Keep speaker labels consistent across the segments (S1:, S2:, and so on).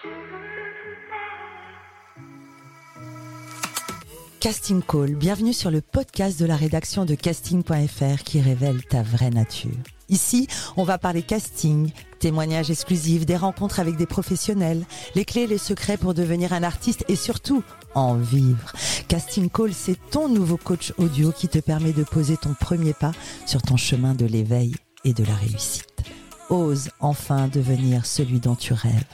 S1: Casting Call, bienvenue sur le podcast de la rédaction de casting.fr qui révèle ta vraie nature. Ici, on va parler casting, témoignages exclusifs, des rencontres avec des professionnels, les clés et les secrets pour devenir un artiste et surtout en vivre. Casting Call, c'est ton nouveau coach audio qui te permet de poser ton premier pas sur ton chemin de l'éveil et de la réussite. Ose enfin devenir celui dont tu rêves.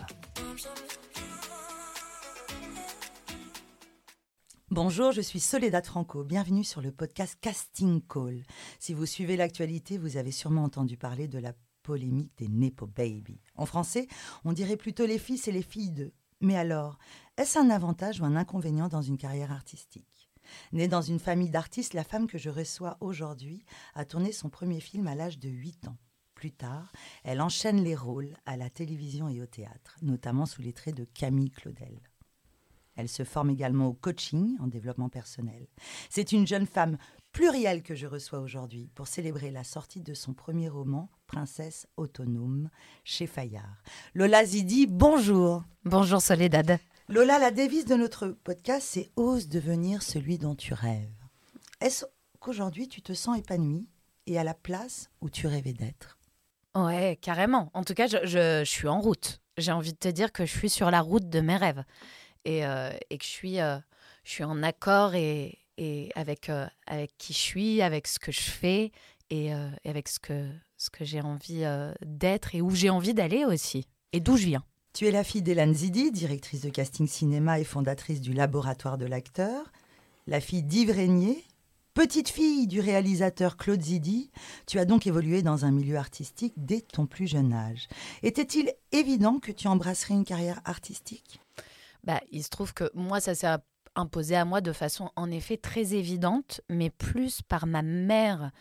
S1: Bonjour, je suis Soledad Franco. Bienvenue sur le podcast Casting Call. Si vous suivez l'actualité, vous avez sûrement entendu parler de la polémique des Nepo Baby. En français, on dirait plutôt les fils et les filles d'eux. Mais alors, est-ce un avantage ou un inconvénient dans une carrière artistique ? Née dans une famille d'artistes, la femme que je reçois aujourd'hui a tourné son premier film à l'âge de 8 ans. Plus tard, elle enchaîne les rôles à la télévision et au théâtre, notamment sous les traits de Camille Claudel. Elle se forme également au coaching en développement personnel. C'est une jeune femme plurielle que je reçois aujourd'hui pour célébrer la sortie de son premier roman, Princesse autonome, chez Fayard. Lola Zidi, bonjour.
S2: Bonjour Soledad.
S1: Lola, la devise de notre podcast, c'est « Ose devenir celui dont tu rêves ». Est-ce qu'aujourd'hui, tu te sens épanouie et à la place où tu rêvais d'être ?
S2: Ouais, carrément. En tout cas, je suis en route. J'ai envie de te dire que je suis sur la route de mes rêves. Et que je suis en accord et avec qui je suis, avec ce que je fais et avec ce que j'ai envie d'être et où j'ai envie d'aller aussi et d'où je viens.
S1: Tu es la fille d'Hélène Zidi, directrice de casting cinéma et fondatrice du laboratoire de l'acteur, la fille d'Yves Régnier, petite fille du réalisateur Claude Zidi. Tu as donc évolué dans un milieu artistique dès ton plus jeune âge. Était-il évident que tu embrasserais une carrière artistique ?
S2: Il se trouve que moi, ça s'est imposé à moi de façon en effet très évidente, mais plus par ma mère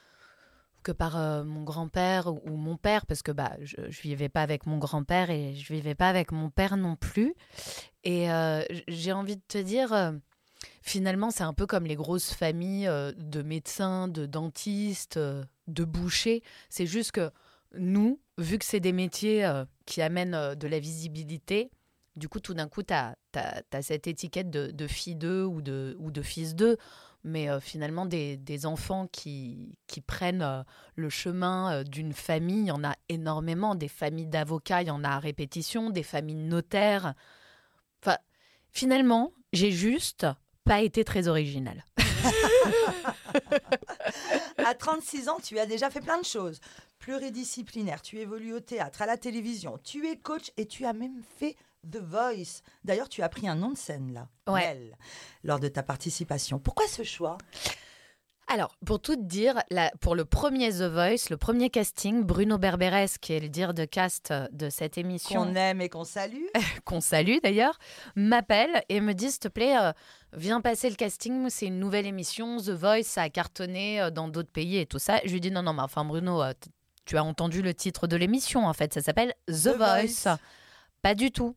S2: que par mon grand-père ou mon père, parce que je vivais pas avec mon grand-père et je vivais pas avec mon père non plus. Et j'ai envie de te dire, finalement, c'est un peu comme les grosses familles de médecins, de dentistes, de bouchers. C'est juste que nous, vu que c'est des métiers qui amènent de la visibilité, du coup, tout d'un coup, tu as cette étiquette de fille d'eux ou de fils d'eux. Mais finalement, des enfants qui prennent le chemin d'une famille, il y en a énormément. Des familles d'avocats, il y en a à répétition. Des familles de notaires. Enfin, finalement, j'ai juste pas été très originale.
S1: À 36 ans, tu as déjà fait plein de choses. Pluridisciplinaire, tu évolues au théâtre, à la télévision, tu es coach et tu as même fait The Voice. D'ailleurs, tu as pris un nom de scène là,
S2: ouais.
S1: Nel, lors de ta participation. Pourquoi ce choix ?
S2: Alors, pour tout te dire, pour le premier The Voice, le premier casting, Bruno Berberes, qui est le dire de cast de cette émission,
S1: qu'on aime et qu'on salue,
S2: qu'on salue d'ailleurs, m'appelle et me dit, s'il te plaît, viens passer le casting, c'est une nouvelle émission, The Voice, ça a cartonné dans d'autres pays et tout ça. Je lui dis, non, mais enfin Bruno, tu as entendu le titre de l'émission, en fait, ça s'appelle The Voice. Pas du tout.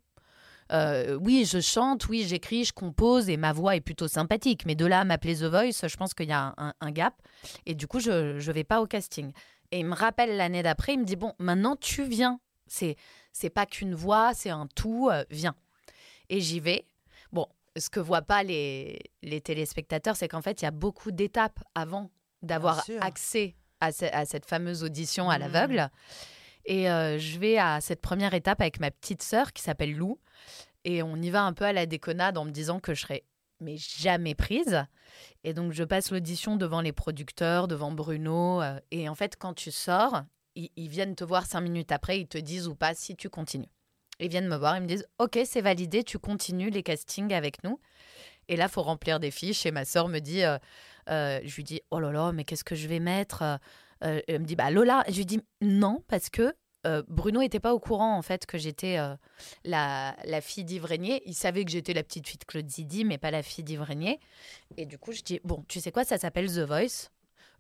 S2: Oui, je chante, oui, j'écris, je compose et ma voix est plutôt sympathique. Mais de là à m'appeler The Voice, je pense qu'il y a un gap. Et du coup, je vais pas au casting. Et il me rappelle l'année d'après, il me dit, bon, maintenant tu viens. C'est pas qu'une voix, c'est un tout, viens. Et j'y vais. Bon, ce que voient pas les téléspectateurs, c'est qu'en fait, il y a beaucoup d'étapes avant d'avoir accès à cette fameuse audition à l'aveugle. Et je vais à cette première étape avec ma petite sœur qui s'appelle Lou. Et on y va un peu à la déconnade en me disant que je serais mais jamais prise. Et donc, je passe l'audition devant les producteurs, devant Bruno. Et en fait, quand tu sors, ils viennent te voir 5 minutes après. Ils te disent ou pas si tu continues. Ils viennent me voir, ils me disent « Ok, c'est validé, tu continues les castings avec nous. » Et là, il faut remplir des fiches. Et ma sœur me dit, je lui dis « Oh là là, mais qu'est-ce que je vais mettre ?» Elle me dit Lola. Je lui dis non parce que Bruno n'était pas au courant en fait que j'étais la fille d'Yves Régnier. Il savait que j'étais la petite fille de Claude Zidi, mais pas la fille d'Yves Régnier. Et du coup, je dis bon, tu sais quoi, ça s'appelle The Voice.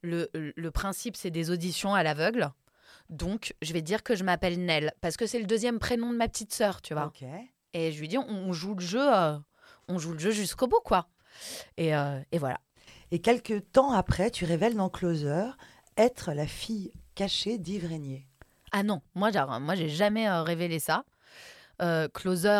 S2: Le principe, c'est des auditions à l'aveugle. Donc, je vais dire que je m'appelle Nel parce que c'est le deuxième prénom de ma petite sœur, tu vois.
S1: Okay.
S2: Et je lui dis on joue le jeu jusqu'au bout, quoi. Et voilà.
S1: Et quelques temps après, tu révèles dans Closer être la fille cachée d'Yves Régnier.
S2: Ah non, moi j'ai jamais révélé ça. Closer,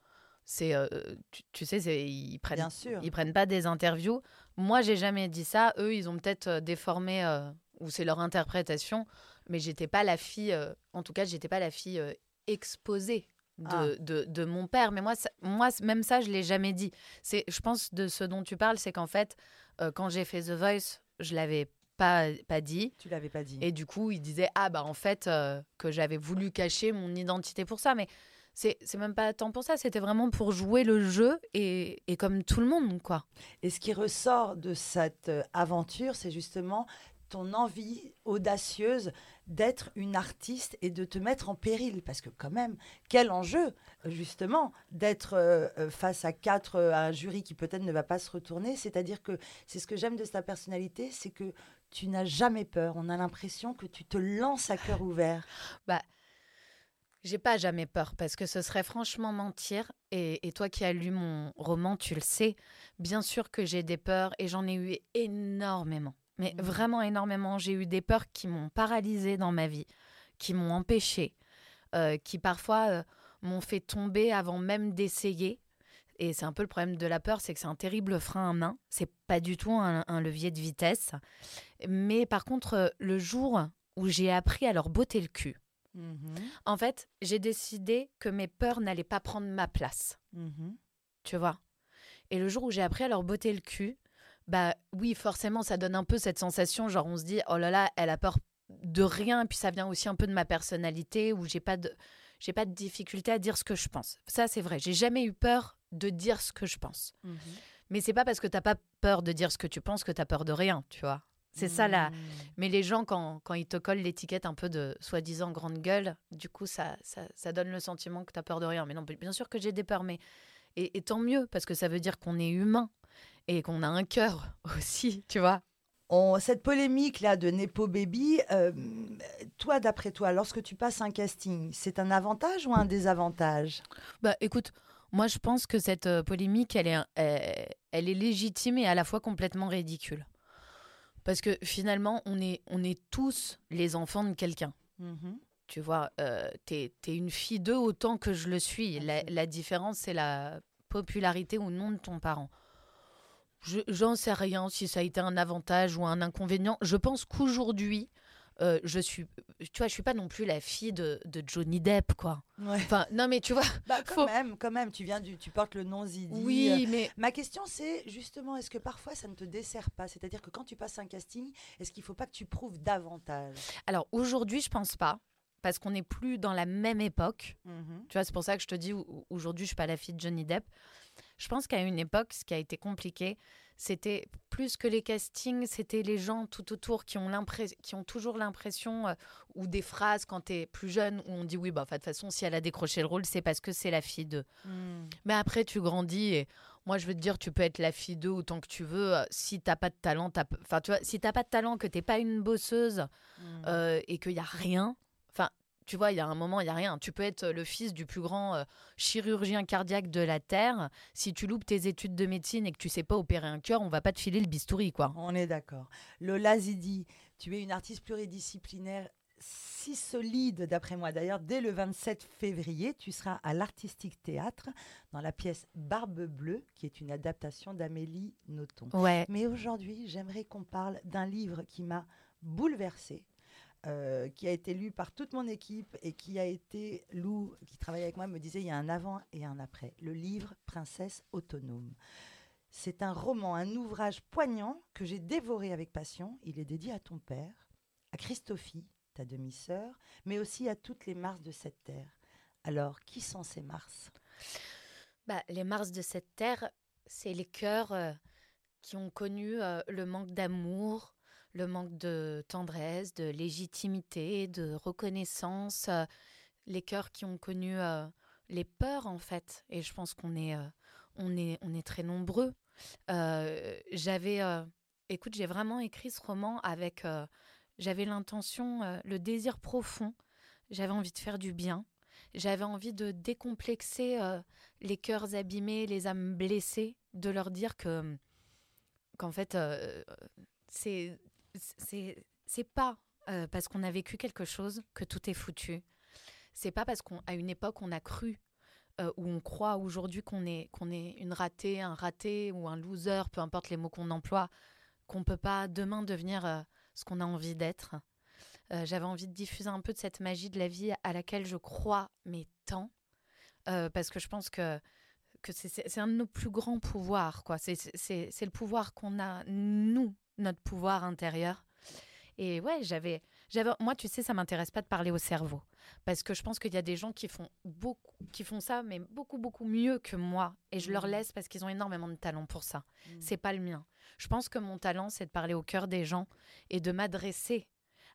S2: tu sais,
S1: Bien sûr.
S2: ils prennent pas des interviews. Moi, j'ai jamais dit ça. Eux, ils ont peut-être déformé, ou c'est leur interprétation, mais j'étais pas la fille, en tout cas, j'étais pas la fille exposée de mon père. Mais moi, même ça, je l'ai jamais dit. Je pense de ce dont tu parles, c'est qu'en fait, quand j'ai fait The Voice, je l'avais pas dit.
S1: Tu l'avais pas dit.
S2: Et du coup, il disait en fait, que j'avais voulu cacher mon identité pour ça. Mais c'est même pas tant pour ça, c'était vraiment pour jouer le jeu et comme tout le monde, quoi.
S1: Et ce qui ressort de cette aventure, c'est justement ton envie audacieuse d'être une artiste et de te mettre en péril. Parce que quand même, quel enjeu, justement, d'être face à un jury qui peut-être ne va pas se retourner. C'est-à-dire que c'est ce que j'aime de ta personnalité, c'est que tu n'as jamais peur. On a l'impression que tu te lances à cœur ouvert.
S2: Bah, j'ai pas jamais peur parce que ce serait franchement mentir. Et toi qui as lu mon roman, tu le sais. Bien sûr que j'ai des peurs et j'en ai eu énormément. Mais vraiment énormément. J'ai eu des peurs qui m'ont paralysée dans ma vie, qui m'ont empêchée, qui parfois m'ont fait tomber avant même d'essayer. Et c'est un peu le problème de la peur, c'est que c'est un terrible frein à main. C'est pas du tout un levier de vitesse. Mais par contre, le jour où j'ai appris à leur botter le cul, en fait, j'ai décidé que mes peurs n'allaient pas prendre ma place. Tu vois. Et le jour où j'ai appris à leur botter le cul, bah oui, forcément, ça donne un peu cette sensation, genre on se dit, oh là là, elle a peur de rien, puis ça vient aussi un peu de ma personnalité, où j'ai pas de difficulté à dire ce que je pense. Ça, c'est vrai, j'ai jamais eu peur de dire ce que je pense. Mais c'est pas parce que t'as pas peur de dire ce que tu penses que t'as peur de rien, tu vois. C'est ça là. Mais les gens, quand ils te collent l'étiquette un peu de soi-disant grande gueule, du coup, ça donne le sentiment que t'as peur de rien. Mais non, bien sûr que j'ai des peurs, mais et tant mieux, parce que ça veut dire qu'on est humain et qu'on a un cœur aussi, tu vois.
S1: Cette polémique-là de Nepo Baby, toi, d'après toi, lorsque tu passes un casting, c'est un avantage ou un désavantage?
S2: Bah écoute, moi je pense que cette polémique, elle est légitime et à la fois complètement ridicule. Parce que finalement, on est tous les enfants de quelqu'un. Tu vois, t'es une fille d'eux autant que je le suis. La différence, c'est la popularité ou non de ton parent. J'en sais rien si ça a été un avantage ou un inconvénient. Je pense qu'aujourd'hui, je suis pas non plus la fille de Johnny Depp, quoi.
S1: Ouais.
S2: Enfin, non, mais tu vois.
S1: Bah, quand même, tu portes le nom Zidi.
S2: Oui, mais
S1: Ma question, c'est justement, est-ce que parfois ça ne te dessert pas? C'est-à-dire que quand tu passes un casting, est-ce qu'il ne faut pas que tu prouves davantage?
S2: alors aujourd'hui, je pense pas. Parce qu'on n'est plus dans la même époque. Tu vois, c'est pour ça que je te dis, aujourd'hui, je suis pas la fille de Johnny Depp. Je pense qu'à une époque, ce qui a été compliqué, c'était plus que les castings, c'était les gens tout autour qui ont toujours l'impression, ou des phrases quand tu es plus jeune, où on dit oui, bah, de toute façon, si elle a décroché le rôle, c'est parce que c'est la fille d'eux. Mais après, tu grandis et moi, je veux te dire, tu peux être la fille d'eux autant que tu veux. Si t'as pas de talent, enfin, tu vois, si t'as pas de talent, que t'es pas une bosseuse et qu'il y a rien. Enfin, tu vois, il y a un moment, il y a rien. Tu peux être le fils du plus grand chirurgien cardiaque de la Terre. Si tu loupes tes études de médecine et que tu sais pas opérer un cœur, on va pas te filer le bistouri, quoi.
S1: On est d'accord. Lola Zidi, tu es une artiste pluridisciplinaire si solide, d'après moi. D'ailleurs, dès le 27 février, tu seras à l'Artistique Théâtre dans la pièce Barbe Bleue, qui est une adaptation d'Amélie Nothomb.
S2: Ouais.
S1: Mais aujourd'hui, j'aimerais qu'on parle d'un livre qui m'a bouleversée. Qui a été lu par toute mon équipe et qui a été, Lou, qui travaille avec moi, me disait il y a un avant et un après. Le livre Princesse autonome. C'est un roman, un ouvrage poignant que j'ai dévoré avec passion. Il est dédié à ton père, à Christophie, ta demi-sœur, mais aussi à toutes les Mars de cette terre. Alors, qui sont ces Mars?
S2: Bah, les Mars de cette terre, c'est les cœurs qui ont connu le manque d'amour, le manque de tendresse, de légitimité, de reconnaissance, les cœurs qui ont connu les peurs en fait. Et je pense on est très nombreux. J'avais, écoute, j'ai vraiment écrit ce roman avec, j'avais l'intention, le désir profond. J'avais envie de faire du bien. J'avais envie de décomplexer les cœurs abîmés, les âmes blessées, de leur dire qu'en fait, c'est c'est pas parce qu'on a vécu quelque chose que tout est foutu. C'est pas parce qu'à une époque on a cru où on croit aujourd'hui qu'on est une ratée, un raté ou un loser, peu importe les mots qu'on emploie, qu'on ne peut pas demain devenir ce qu'on a envie d'être. J'avais envie de diffuser un peu de cette magie de la vie à laquelle je crois, mais tant, parce que je pense que c'est un de nos plus grands pouvoirs, quoi. C'est le pouvoir qu'on a, nous, notre pouvoir intérieur. Et ouais, moi, tu sais, ça m'intéresse pas de parler au cerveau, parce que je pense qu'il y a des gens qui font ça, mais beaucoup, beaucoup mieux que moi. Et je leur laisse parce qu'ils ont énormément de talent pour ça. C'est pas le mien. Je pense que mon talent, c'est de parler au cœur des gens et de m'adresser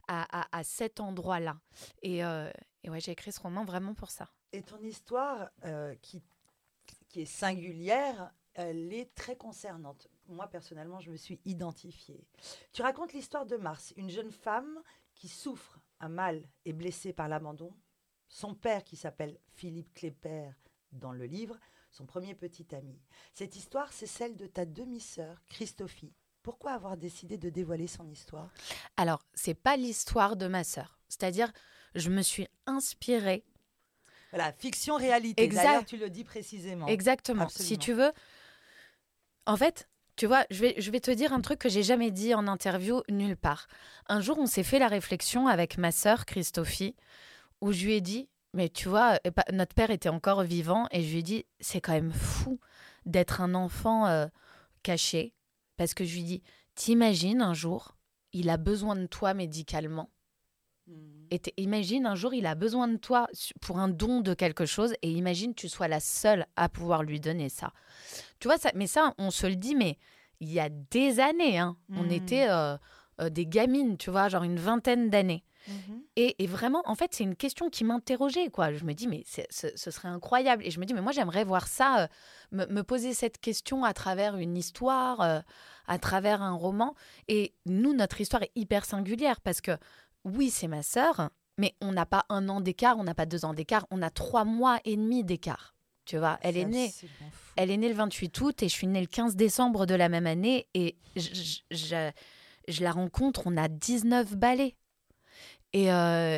S2: à cet endroit-là. Et ouais, j'ai écrit ce roman vraiment pour ça.
S1: Et ton histoire, qui est singulière, elle est très concernante. Moi, personnellement, je me suis identifiée. Tu racontes l'histoire de Mars, une jeune femme qui souffre un mal et blessée par l'abandon. Son père, qui s'appelle Philippe Clépère dans le livre, son premier petit ami. Cette histoire, c'est celle de ta demi-sœur, Christophie. Pourquoi avoir décidé de dévoiler son histoire ?
S2: Alors, c'est pas l'histoire de ma sœur. C'est-à-dire, je me suis inspirée.
S1: Voilà, fiction-réalité. D'ailleurs, tu le dis précisément.
S2: Exactement.
S1: Absolument.
S2: Si tu veux, en fait, tu vois, je vais te dire un truc que j'ai jamais dit en interview nulle part. Un jour, on s'est fait la réflexion avec ma sœur Christophie, où je lui ai dit, mais tu vois, notre père était encore vivant, et je lui ai dit, c'est quand même fou d'être un enfant caché, parce que je lui ai dit, t'imagines un jour, il a besoin de toi médicalement. Et imagine un jour, il a besoin de toi pour un don de quelque chose, et imagine tu sois la seule à pouvoir lui donner ça. Tu vois, ça, mais ça, on se le dit, mais il y a des années, on était des gamines, tu vois, genre une vingtaine d'années. Et vraiment, en fait, c'est une question qui m'interrogeait, quoi. Je me dis, mais ce serait incroyable. Et je me dis, mais moi, j'aimerais voir ça, me poser cette question à travers une histoire, à travers un roman. Et nous, notre histoire est hyper singulière parce que, oui, c'est ma sœur, mais on n'a pas 1 an d'écart, on n'a pas 2 ans d'écart, on a 3 mois et demi d'écart. Tu vois, elle est née le 28 août et je suis née le 15 décembre de la même année. Et je la rencontre, on a 19 balais. Et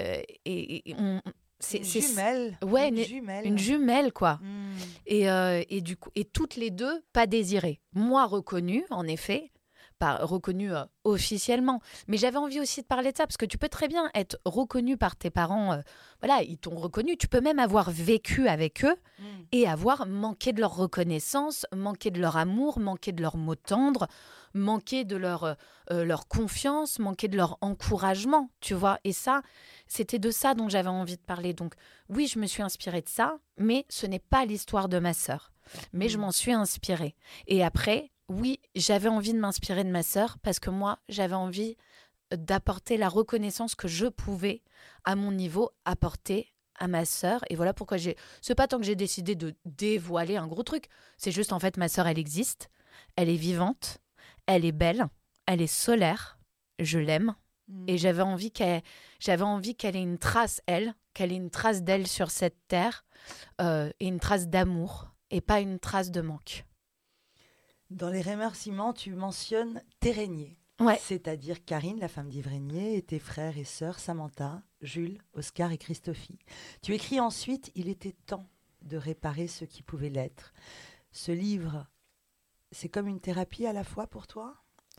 S1: c'est jumelle.
S2: Ouais, une jumelle, quoi. Et du coup, et toutes les deux pas désirées. Moi reconnue, en effet, reconnue officiellement. Mais j'avais envie aussi de parler de ça parce que tu peux très bien être reconnu par tes parents. Voilà, ils t'ont reconnu. Tu peux même avoir vécu avec eux et avoir manqué de leur reconnaissance, manqué de leur amour, manqué de leurs mots tendres, manqué de leur confiance, manqué de leur encouragement, tu vois. Et ça, c'était de ça dont j'avais envie de parler. Donc oui, je me suis inspirée de ça, mais ce n'est pas l'histoire de ma sœur. Mais je m'en suis inspirée. Et après, oui, j'avais envie de m'inspirer de ma sœur parce que moi, j'avais envie d'apporter la reconnaissance que je pouvais, à mon niveau, apporter à ma sœur. Et voilà pourquoi c'est pas tant que j'ai décidé de dévoiler un gros truc. C'est juste, en fait, ma sœur, elle existe. Elle est vivante. Elle est belle. Elle est solaire. Je l'aime. Et j'avais envie qu'elle ait une trace, qu'elle ait une trace d'elle sur cette terre, et une trace d'amour, et pas une trace de manque.
S1: Dans les remerciements, tu mentionnes tes régniers, c'est-à-dire Karine, la femme d'Yves Régnier, et tes frères et sœurs Samantha, Jules, Oscar et Christophie. Tu écris ensuite « Il était temps de réparer ce qui pouvait l'être ». Ce livre, c'est comme une thérapie à la fois pour toi ?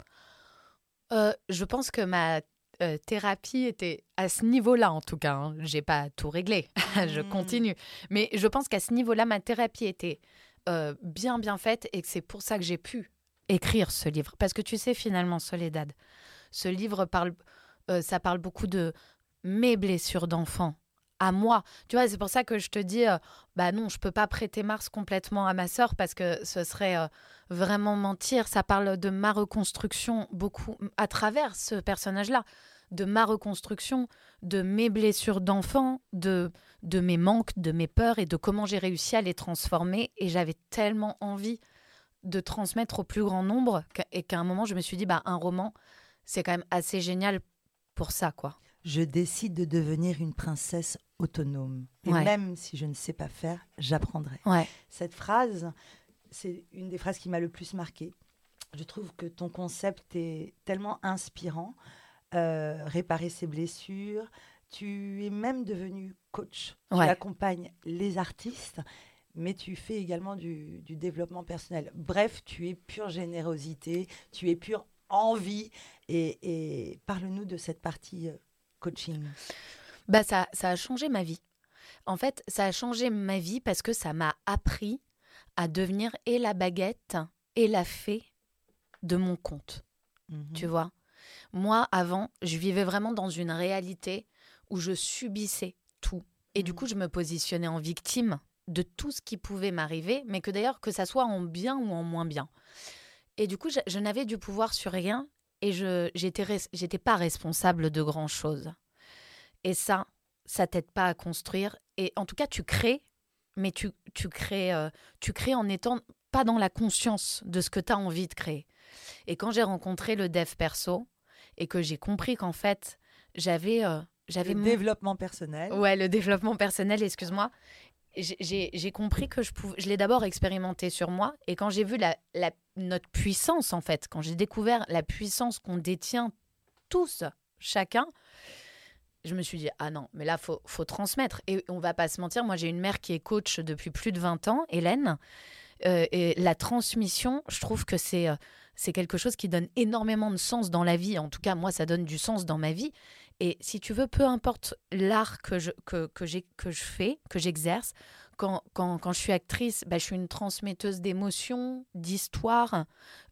S2: Je pense que ma thérapie était à ce niveau-là, en tout cas. J'ai pas tout réglé, je continue. Mais je pense qu'à ce niveau-là, ma thérapie était bien faite et que c'est pour ça que j'ai pu écrire ce livre. Parce que tu sais, finalement, Soledad, ce livre ça parle beaucoup de mes blessures d'enfant, à moi. Tu vois, c'est pour ça que je te dis, non, je peux pas prêter Mars complètement à ma sœur parce que ce serait vraiment mentir. Ça parle de ma reconstruction beaucoup à travers ce personnage-là, de ma reconstruction, de mes blessures d'enfant, de mes manques, de mes peurs et de comment j'ai réussi à les transformer. Et j'avais tellement envie de transmettre au plus grand nombre et qu'à un moment, je me suis dit, un roman, c'est quand même assez génial pour ça, quoi.
S1: Je décide de devenir une princesse autonome. Et même si je ne sais pas faire, j'apprendrai. Cette phrase, c'est une des phrases qui m'a le plus marquée. Je trouve que ton concept est tellement inspirant. Réparer ses blessures. Tu es même devenu coach. Tu accompagnes les artistes. mais tu fais également du développement personnel. Bref, tu es pure générosité, tu es pure envie. Et parle-nous de cette partie coaching.
S2: Bah ça a changé ma vie. En fait, ça a changé ma vie parce que ça m'a appris à devenir et la baguette et la fée de mon compte. Tu vois ? Moi, avant, je vivais vraiment dans une réalité où je subissais tout. Et du coup, je me positionnais en victime de tout ce qui pouvait m'arriver, mais que d'ailleurs, que ça soit en bien ou en moins bien. Et du coup, je n'avais du pouvoir sur rien et j'étais pas responsable de grand-chose. Et ça t'aide pas à construire. Et en tout cas, tu crées, mais tu crées en étant pas dans la conscience de ce que tu as envie de créer. Et quand j'ai rencontré le dev perso et que j'ai compris qu'en fait, j'avais
S1: le développement personnel.
S2: Ouais, le développement personnel, excuse-moi. J'ai compris que je l'ai d'abord expérimenté sur moi. Et quand j'ai vu notre puissance, en fait, quand j'ai découvert la puissance qu'on détient tous, chacun, je me suis dit, ah non, mais là, faut transmettre. Et on va pas se mentir, moi, j'ai une mère qui est coach depuis plus de 20 ans, Hélène. Et la transmission, je trouve que c'est quelque chose qui donne énormément de sens dans la vie. En tout cas, moi, ça donne du sens dans ma vie. Et si tu veux, peu importe l'art que je fais, que j'exerce, quand je suis actrice, bah, je suis une transmetteuse d'émotions, d'histoires.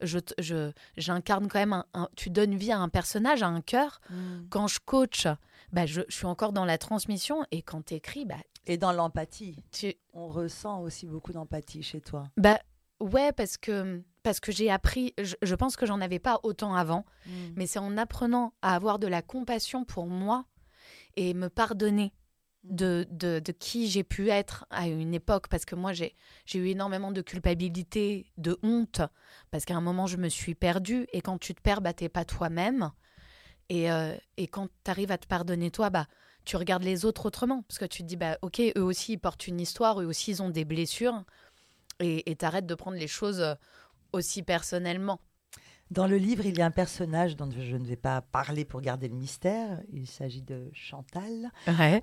S2: J'incarne quand même tu donnes vie à un personnage, à un cœur. Quand je coach, bah, je suis encore dans la transmission. Et quand tu écris, bah,
S1: et dans l'empathie. On ressent aussi beaucoup d'empathie chez toi.
S2: Bah ouais, parce que j'ai appris, je pense que j'en avais pas autant avant, mais c'est en apprenant à avoir de la compassion pour moi et me pardonner de qui j'ai pu être à une époque, parce que moi j'ai eu énormément de culpabilité, de honte, parce qu'à un moment je me suis perdue, et quand tu te perds, bah t'es pas toi-même, et quand tu arrives à te pardonner toi, bah tu regardes les autres autrement, parce que tu te dis, bah ok, eux aussi ils portent une histoire, eux aussi ils ont des blessures, et t'arrêtes de prendre les choses aussi personnellement.
S1: Dans le livre, il y a un personnage dont je ne vais pas parler pour garder le mystère. Il s'agit de Chantal.
S2: Ouais.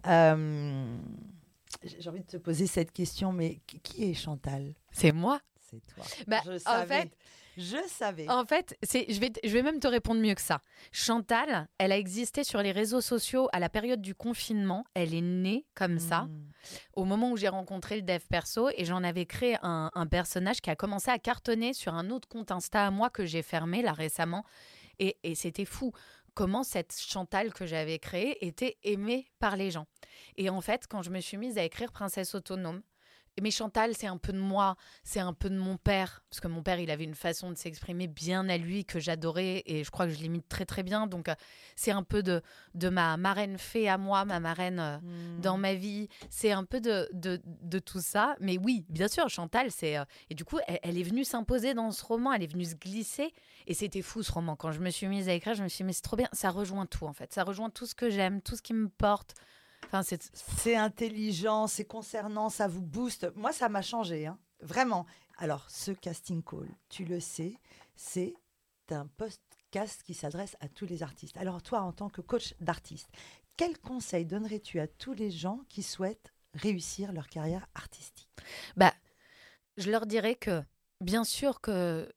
S1: J'ai envie de te poser cette question, mais qui est Chantal ?
S2: C'est moi.
S1: C'est toi.
S2: Bah,
S1: je savais. Je savais.
S2: En fait, je vais même te répondre mieux que ça. Chantal, elle a existé sur les réseaux sociaux à la période du confinement. Elle est née comme ça, au moment où j'ai rencontré le dev perso, et j'en avais créé un personnage qui a commencé à cartonner sur un autre compte Insta à moi que j'ai fermé là récemment. Et c'était fou comment cette Chantal que j'avais créée était aimée par les gens. Et en fait, quand je me suis mise à écrire Princesse Autonome, mais Chantal, c'est un peu de moi, c'est un peu de mon père, parce que mon père, il avait une façon de s'exprimer bien à lui que j'adorais, et je crois que je l'imite très très bien. Donc c'est un peu de ma marraine fée à moi, ma marraine dans ma vie. C'est un peu de tout ça. Mais oui, bien sûr, Chantal, c'est... et du coup, elle est venue s'imposer dans ce roman, elle est venue se glisser, et c'était fou ce roman. Quand je me suis mise à écrire, je me suis dit, mais c'est trop bien, ça rejoint tout en fait. Ça rejoint tout ce que j'aime, tout ce qui me porte. Enfin,
S1: c'est intelligent, c'est concernant, ça vous booste. Moi, ça m'a changé, hein, vraiment. Alors, ce casting call, tu le sais, c'est un podcast qui s'adresse à tous les artistes. Alors, toi, en tant que coach d'artiste, quel conseil donnerais-tu à tous les gens qui souhaitent réussir leur carrière artistique ?
S2: Bah, je leur dirais que, bien sûr que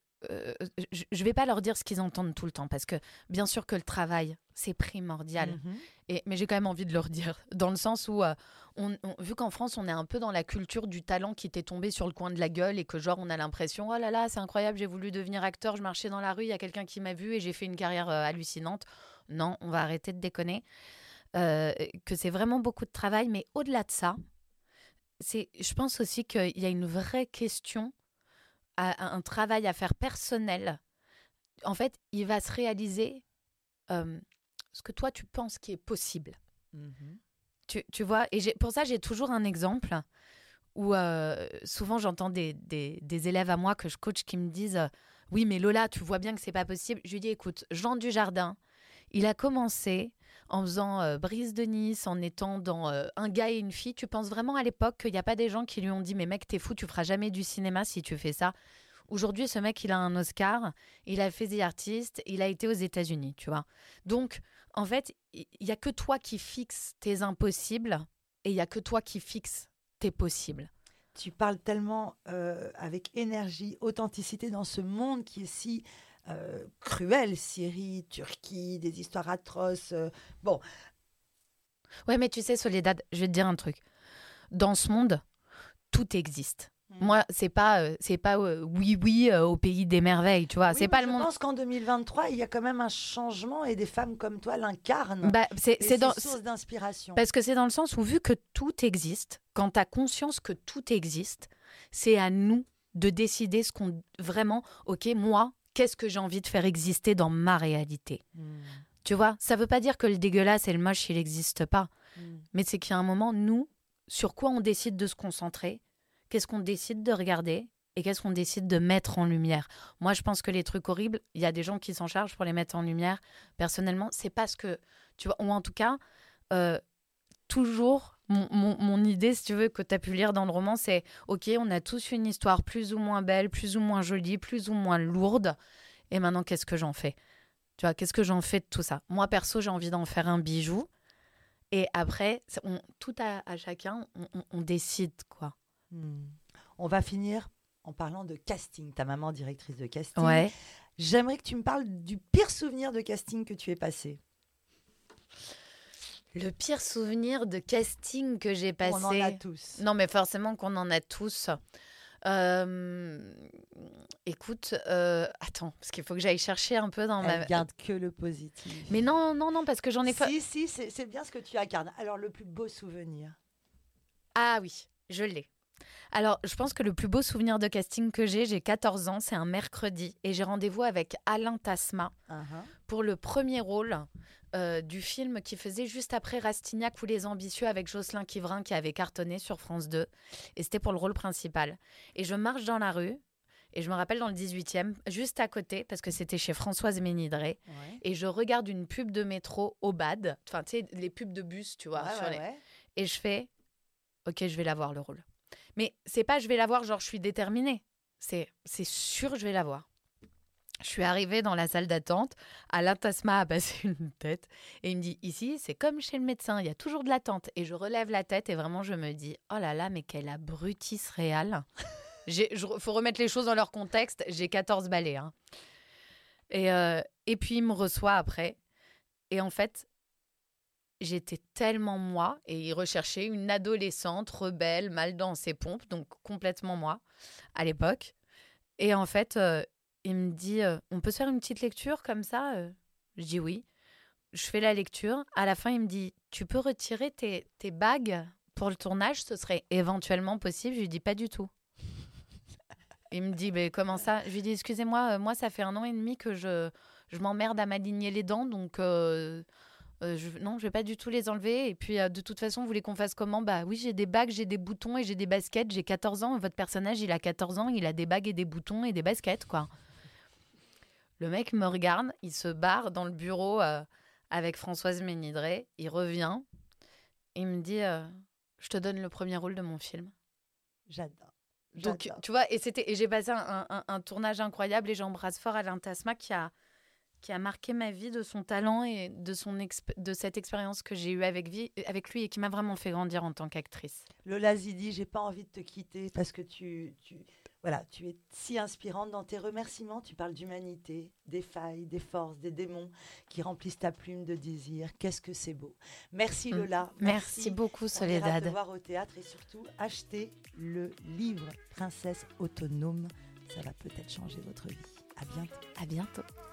S2: je vais pas leur dire ce qu'ils entendent tout le temps, parce que bien sûr que le travail, c'est primordial. Mais j'ai quand même envie de leur dire, dans le sens où, vu qu'en France, on est un peu dans la culture du talent qui t'est tombé sur le coin de la gueule, et que genre, on a l'impression, oh là là, c'est incroyable, j'ai voulu devenir acteur, je marchais dans la rue, il y a quelqu'un qui m'a vu et j'ai fait une carrière hallucinante. Non, on va arrêter de déconner. Que c'est vraiment beaucoup de travail, mais au-delà de ça, je pense aussi qu'il y a une vraie question, un travail à faire personnel. En fait, il va se réaliser ce que toi, tu penses qui est possible. Tu vois, et pour ça, j'ai toujours un exemple où souvent, j'entends des élèves à moi que je coach qui me disent « Oui, mais Lola, tu vois bien que c'est pas possible. » Je lui dis « Écoute, Jean Dujardin, il a commencé en faisant Brise de Nice, en étant dans Un gars et une fille. Tu penses vraiment à l'époque qu'il n'y a pas des gens qui lui ont dit « Mais mec, t'es fou, tu feras jamais du cinéma si tu fais ça. » Aujourd'hui, ce mec, il a un Oscar, il a fait The Artist, il a été aux États-Unis, tu vois. Donc, en fait, il n'y a que toi qui fixes tes impossibles, et il n'y a que toi qui fixes tes possibles.
S1: tu parles tellement avec énergie, authenticité dans ce monde qui est si cruel. Syrie, Turquie, des histoires atroces. Bon,
S2: Ouais, mais tu sais, Soledad, je vais te dire un truc. Dans ce monde, tout existe. Moi, c'est pas oui, au pays des merveilles, tu vois.
S1: oui,
S2: C'est
S1: mais
S2: pas
S1: je
S2: le monde.
S1: pense qu'en 2023, il y a quand même un changement et des femmes comme toi l'incarnent.
S2: Bah,
S1: Et c'est source d'inspiration.
S2: parce que c'est dans le sens où, vu que tout existe, quand tu as conscience que tout existe, c'est à nous de décider ce qu'on vraiment, ok, moi, qu'est-ce que j'ai envie de faire exister dans ma réalité. Tu vois, ça veut pas dire que le dégueulasse et le moche, il n'existe pas. Mais c'est qu'il y a un moment, nous, sur quoi on décide de se concentrer, qu'est-ce qu'on décide de regarder et qu'est-ce qu'on décide de mettre en lumière. Moi, je pense que les trucs horribles, il y a des gens qui s'en chargent pour les mettre en lumière. Personnellement, c'est parce que, tu vois, ou en tout cas, toujours, mon idée, si tu veux, que tu as pu lire dans le roman, c'est, ok, on a tous une histoire plus ou moins belle, plus ou moins jolie, plus ou moins lourde. Et maintenant, qu'est-ce que j'en fais ? Tu vois, qu'est-ce que j'en fais de tout ça ? Moi, perso, j'ai envie d'en faire un bijou. Et après, tout à chacun, on décide, quoi.
S1: On va finir en parlant de casting. Ta maman, directrice de casting.
S2: Ouais.
S1: J'aimerais que tu me parles du pire souvenir de casting que tu aies passé.
S2: Le pire souvenir de casting que j'ai passé...
S1: On en a tous.
S2: Non, mais forcément qu'on en a tous. Écoute, attends, parce qu'il faut que j'aille chercher un peu dans
S1: Elle garde que le positif.
S2: Mais non, parce que j'en ai pas...
S1: Si, c'est bien ce que tu incarnes. Alors, le plus beau souvenir.
S2: Ah oui, je l'ai. Alors, je pense que le plus beau souvenir de casting que j'ai 14 ans, c'est un mercredi, et j'ai rendez-vous avec Alain Tasma pour le premier rôle du film qui faisait juste après Rastignac ou Les Ambitieux avec Jocelyn Quivrin qui avait cartonné sur France 2. Et c'était pour le rôle principal. Et je marche dans la rue, et je me rappelle dans le 18e, juste à côté, parce que c'était chez Françoise Ménidré, et je regarde une pub de métro au BAD, enfin, tu sais, les pubs de bus, tu vois. Et je fais, ok, je vais l'avoir le rôle. Mais c'est pas je vais l'avoir, genre je suis déterminée. C'est sûr, je vais l'avoir. Je suis arrivée dans la salle d'attente, Alain Tasma a passé une tête et il me dit, ici, c'est comme chez le médecin, il y a toujours de l'attente. Et je relève la tête et vraiment, je me dis, oh là là, mais quel abrutis réel. Faut remettre les choses dans leur contexte, j'ai 14 balais. Hein. Et puis, il me reçoit après. Et en fait, j'étais tellement moi, et il recherchait une adolescente, rebelle, mal dans ses pompes, donc complètement moi, à l'époque. Et en fait... il me dit, on peut se faire une petite lecture comme ça ? Je dis oui. Je fais la lecture. À la fin, il me dit, tu peux retirer tes bagues pour le tournage ? Ce serait éventuellement possible. Je lui dis, pas du tout. Il me dit, mais comment ça ? Je lui dis, excusez-moi, moi, ça fait 1 an et demi que je m'emmerde à m'aligner les dents. Donc, non, je vais pas du tout les enlever. Et puis, de toute façon, vous voulez qu'on fasse comment ? Bah oui, j'ai des bagues, j'ai des boutons et j'ai des baskets. J'ai 14 ans. Votre personnage, il a 14 ans. Il a des bagues et des boutons et des baskets, quoi. Le mec me regarde, il se barre dans le bureau avec Françoise Ménidré. Il revient, il me dit je te donne le premier rôle de mon film.
S1: J'adore.
S2: Donc, tu vois, et j'ai passé un tournage incroyable et j'embrasse fort Alain Tasma qui a marqué ma vie de son talent et de cette expérience que j'ai eue avec lui et qui m'a vraiment fait grandir en tant qu'actrice.
S1: Lola Zidi, j'ai pas envie de te quitter parce que tu es si inspirante dans tes remerciements. Tu parles d'humanité, des failles, des forces, des démons qui remplissent ta plume de désir. Qu'est-ce que c'est beau. Merci Lola.
S2: Merci beaucoup Soledad.
S1: On ira te voir au théâtre et surtout acheter le livre Princesse autonome. Ça va peut-être changer votre vie. À bientôt.
S2: À bientôt.